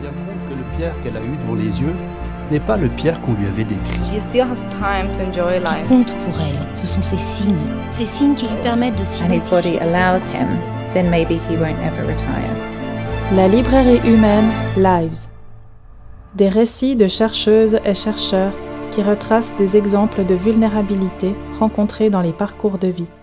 bien compte que le Pierre qu'elle a eu devant les yeux n'est pas le Pierre qu'on lui avait décrit. She still has time to enjoy Ce qui life. compte pour elle, ce sont ces signes qui lui permettent de and his body s'identifier. allows him, then maybe he won't ever retire. La librairie humaine Lives. Des récits de chercheuses et chercheurs qui retracent des exemples de vulnérabilité rencontrés dans les parcours de vie.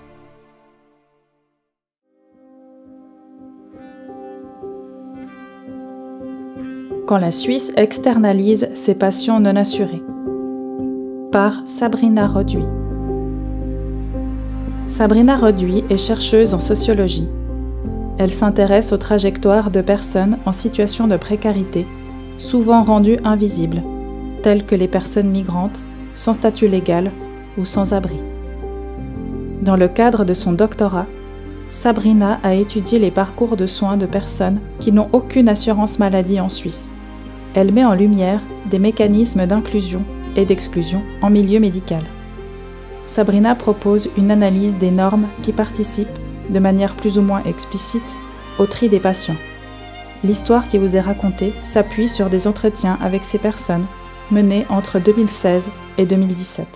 Quand la Suisse externalise ses passions non assurées. Par Sabrina Roduit. Sabrina Roduit est chercheuse en sociologie. Elle s'intéresse aux trajectoires de personnes en situation de précarité, souvent rendues invisibles, telles que les personnes migrantes, sans statut légal ou sans abri. Dans le cadre de son doctorat, Sabrina a étudié les parcours de soins de personnes qui n'ont aucune assurance maladie en Suisse. Elle met en lumière des mécanismes d'inclusion et d'exclusion en milieu médical. Sabrina propose une analyse des normes qui participent, de manière plus ou moins explicite, au tri des patients. L'histoire qui vous est racontée s'appuie sur des entretiens avec ces personnes menés entre 2016 et 2017.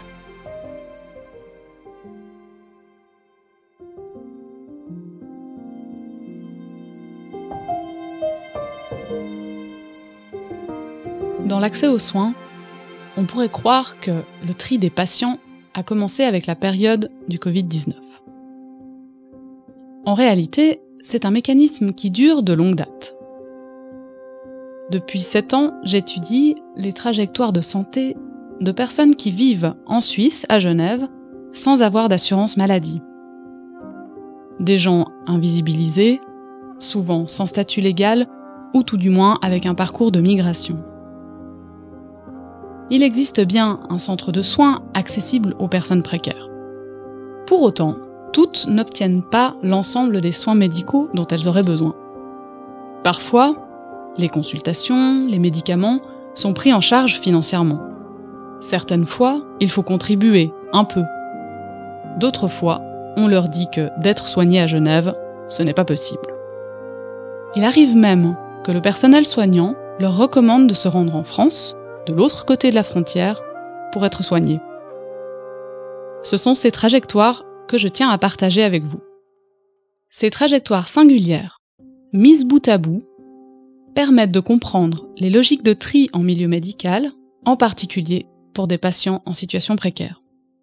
Dans l'accès aux soins, on pourrait croire que le tri des patients a commencé avec la période du Covid-19. En réalité, c'est un mécanisme qui dure de longue date. Depuis 7 ans, j'étudie les trajectoires de santé de personnes qui vivent en Suisse, à Genève, sans avoir d'assurance maladie. Des gens invisibilisés, souvent sans statut légal, ou tout du moins avec un parcours de migration. Il existe bien un centre de soins accessible aux personnes précaires. Pour autant, toutes n'obtiennent pas l'ensemble des soins médicaux dont elles auraient besoin. Parfois, les consultations, les médicaments sont pris en charge financièrement. Certaines fois, il faut contribuer, un peu. D'autres fois, on leur dit que d'être soigné à Genève, ce n'est pas possible. Il arrive même que le personnel soignant leur recommande de se rendre en France, de l'autre côté de la frontière, pour être soignés. Ce sont ces trajectoires que je tiens à partager avec vous. Ces trajectoires singulières, mises bout à bout, permettent de comprendre les logiques de tri en milieu médical, en particulier pour des patients en situation précaire.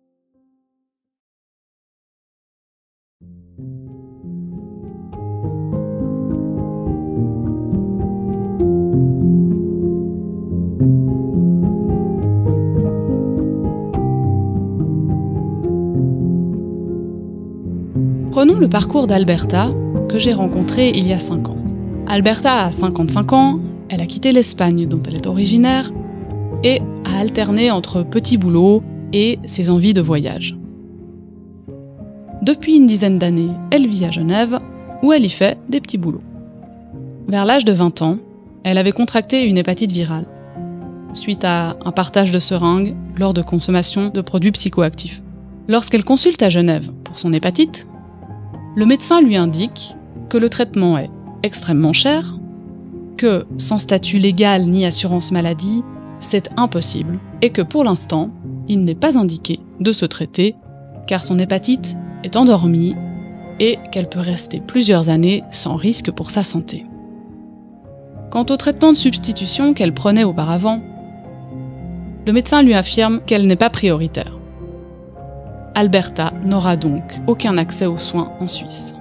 Prenons le parcours d'Alberta, que j'ai rencontré il y a 5 ans. Alberta a 55 ans, elle a quitté l'Espagne dont elle est originaire, et a alterné entre petits boulots et ses envies de voyage. Depuis une dizaine d'années, elle vit à Genève, où elle y fait des petits boulots. Vers l'âge de 20 ans, elle avait contracté une hépatite virale, suite à un partage de seringues lors de consommation de produits psychoactifs. Lorsqu'elle consulte à Genève pour son hépatite, le médecin lui indique que le traitement est extrêmement cher, que sans statut légal ni assurance maladie, c'est impossible, et que pour l'instant, il n'est pas indiqué de se traiter, car son hépatite est endormie et qu'elle peut rester plusieurs années sans risque pour sa santé. Quant au traitement de substitution qu'elle prenait auparavant, le médecin lui affirme qu'elle n'est pas prioritaire. Alberta n'aura donc aucun accès aux soins en Suisse.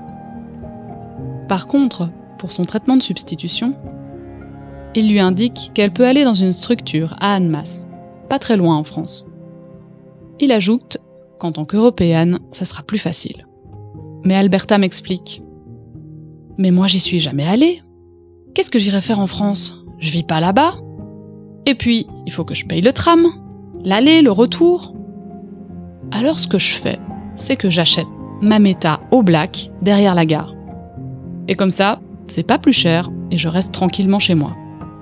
Par contre, pour son traitement de substitution, il lui indique qu'elle peut aller dans une structure à Annemasse, pas très loin en France. Il ajoute qu'en tant qu'Européenne, ça sera plus facile. Mais Alberta m'explique « Mais moi j'y suis jamais allée. Qu'est-ce que j'irai faire en France? Je vis pas là-bas. Et puis, il faut que je paye le tram, l'aller, le retour. » Alors ce que je fais, c'est que j'achète ma Meta au black derrière la gare. Et comme ça, c'est pas plus cher et je reste tranquillement chez moi.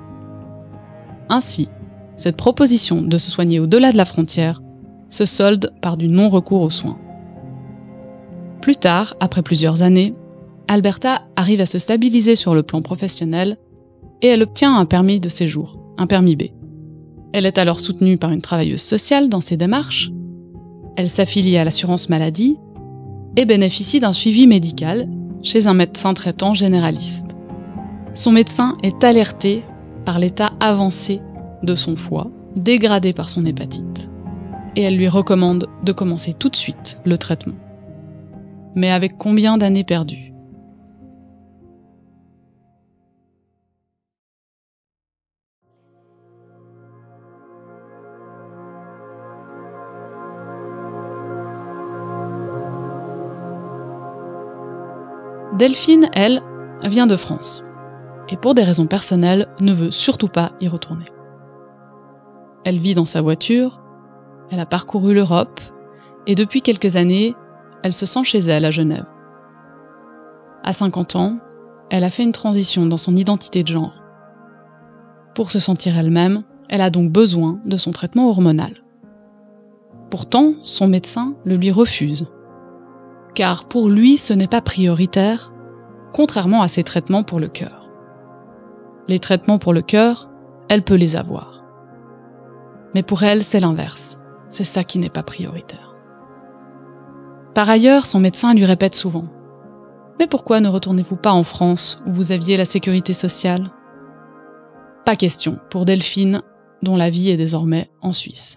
Ainsi, cette proposition de se soigner au-delà de la frontière se solde par du non-recours aux soins. Plus tard, après plusieurs années, Alberta arrive à se stabiliser sur le plan professionnel et elle obtient un permis de séjour, un permis B. Elle est alors soutenue par une travailleuse sociale dans ses démarches. Elle s'affilie à l'assurance maladie et bénéficie d'un suivi médical chez un médecin traitant généraliste. Son médecin est alerté par l'état avancé de son foie, dégradé par son hépatite, et elle lui recommande de commencer tout de suite le traitement. Mais avec combien d'années perdues ? Delphine, elle, vient de France, et pour des raisons personnelles, ne veut surtout pas y retourner. Elle vit dans sa voiture, elle a parcouru l'Europe, et depuis quelques années, elle se sent chez elle à Genève. À 50 ans, elle a fait une transition dans son identité de genre. Pour se sentir elle-même, elle a donc besoin de son traitement hormonal. Pourtant, son médecin le lui refuse. Car pour lui, ce n'est pas prioritaire, contrairement à ses traitements pour le cœur. Les traitements pour le cœur, elle peut les avoir. Mais pour elle, c'est l'inverse. C'est ça qui n'est pas prioritaire. Par ailleurs, son médecin lui répète souvent « Mais pourquoi ne retournez-vous pas en France où vous aviez la sécurité sociale ?» Pas question pour Delphine, dont la vie est désormais en Suisse.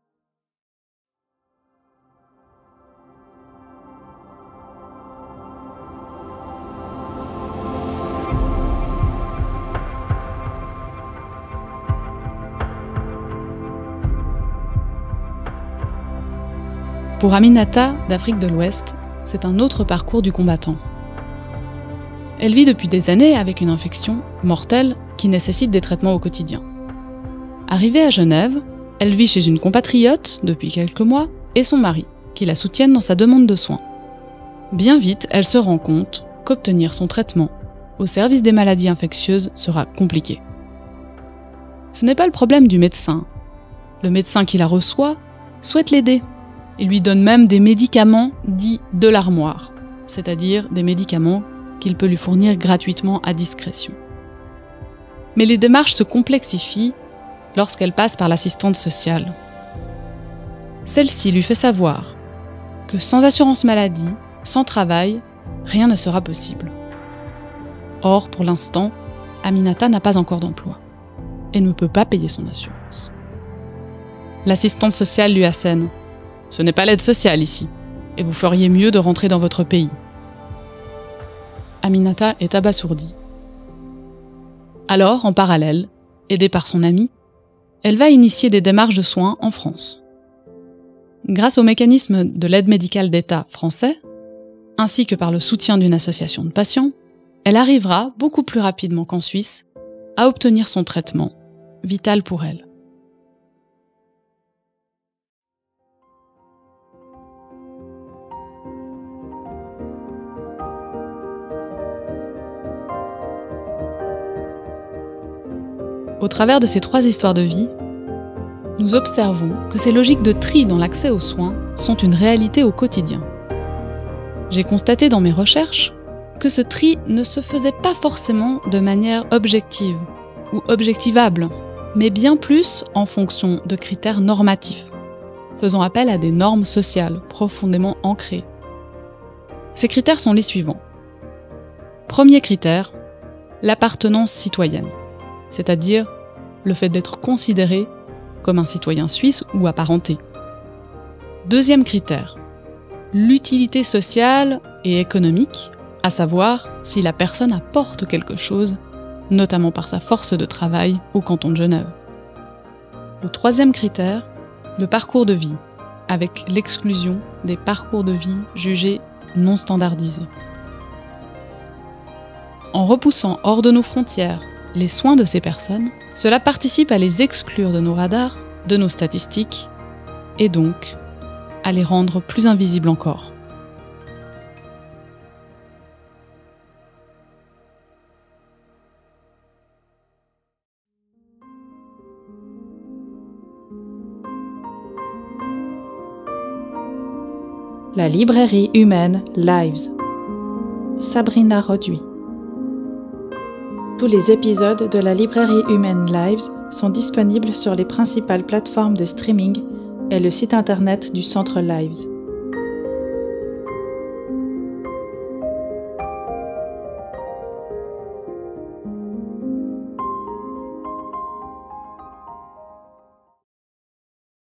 Pour Aminata, d'Afrique de l'Ouest, c'est un autre parcours du combattant. Elle vit depuis des années avec une infection mortelle qui nécessite des traitements au quotidien. Arrivée à Genève, elle vit chez une compatriote depuis quelques mois et son mari, qui la soutiennent dans sa demande de soins. Bien vite, elle se rend compte qu'obtenir son traitement au service des maladies infectieuses sera compliqué. Ce n'est pas le problème du médecin. Le médecin qui la reçoit souhaite l'aider. Il lui donne même des médicaments dits de l'armoire, c'est-à-dire des médicaments qu'il peut lui fournir gratuitement à discrétion. Mais les démarches se complexifient lorsqu'elle passe par l'assistante sociale. Celle-ci lui fait savoir que sans assurance maladie, sans travail, rien ne sera possible. Or, pour l'instant, Aminata n'a pas encore d'emploi et ne peut pas payer son assurance. L'assistante sociale lui assène « Ce n'est pas l'aide sociale ici, et vous feriez mieux de rentrer dans votre pays. » Aminata est abasourdie. Alors, en parallèle, aidée par son amie, elle va initier des démarches de soins en France. Grâce au mécanisme de l'aide médicale d'État français, ainsi que par le soutien d'une association de patients, elle arrivera, beaucoup plus rapidement qu'en Suisse, à obtenir son traitement, vital pour elle. Au travers de ces 3 histoires de vie, nous observons que ces logiques de tri dans l'accès aux soins sont une réalité au quotidien. J'ai constaté dans mes recherches que ce tri ne se faisait pas forcément de manière objective ou objectivable, mais bien plus en fonction de critères normatifs, faisant appel à des normes sociales profondément ancrées. Ces critères sont les suivants. Premier critère, l'appartenance citoyenne, c'est-à-dire le fait d'être considéré comme un citoyen suisse ou apparenté. Deuxième critère, l'utilité sociale et économique, à savoir si la personne apporte quelque chose, notamment par sa force de travail au canton de Genève. Le troisième critère, le parcours de vie, avec l'exclusion des parcours de vie jugés non standardisés. En repoussant hors de nos frontières les soins de ces personnes, cela participe à les exclure de nos radars, de nos statistiques, et donc à les rendre plus invisibles encore. La librairie humaine Lives. Sabrina Roduit. Tous les épisodes de la librairie humaine Lives sont disponibles sur les principales plateformes de streaming et le site internet du Centre Lives.